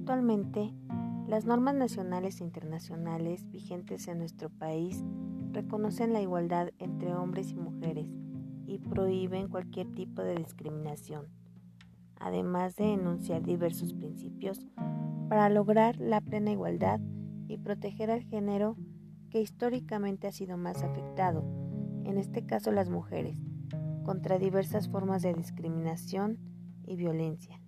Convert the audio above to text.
Actualmente, las normas nacionales e internacionales vigentes en nuestro país reconocen la igualdad entre hombres y mujeres y prohíben cualquier tipo de discriminación, además de enunciar diversos principios para lograr la plena igualdad y proteger al género que históricamente ha sido más afectado, en este caso las mujeres, contra diversas formas de discriminación y violencia.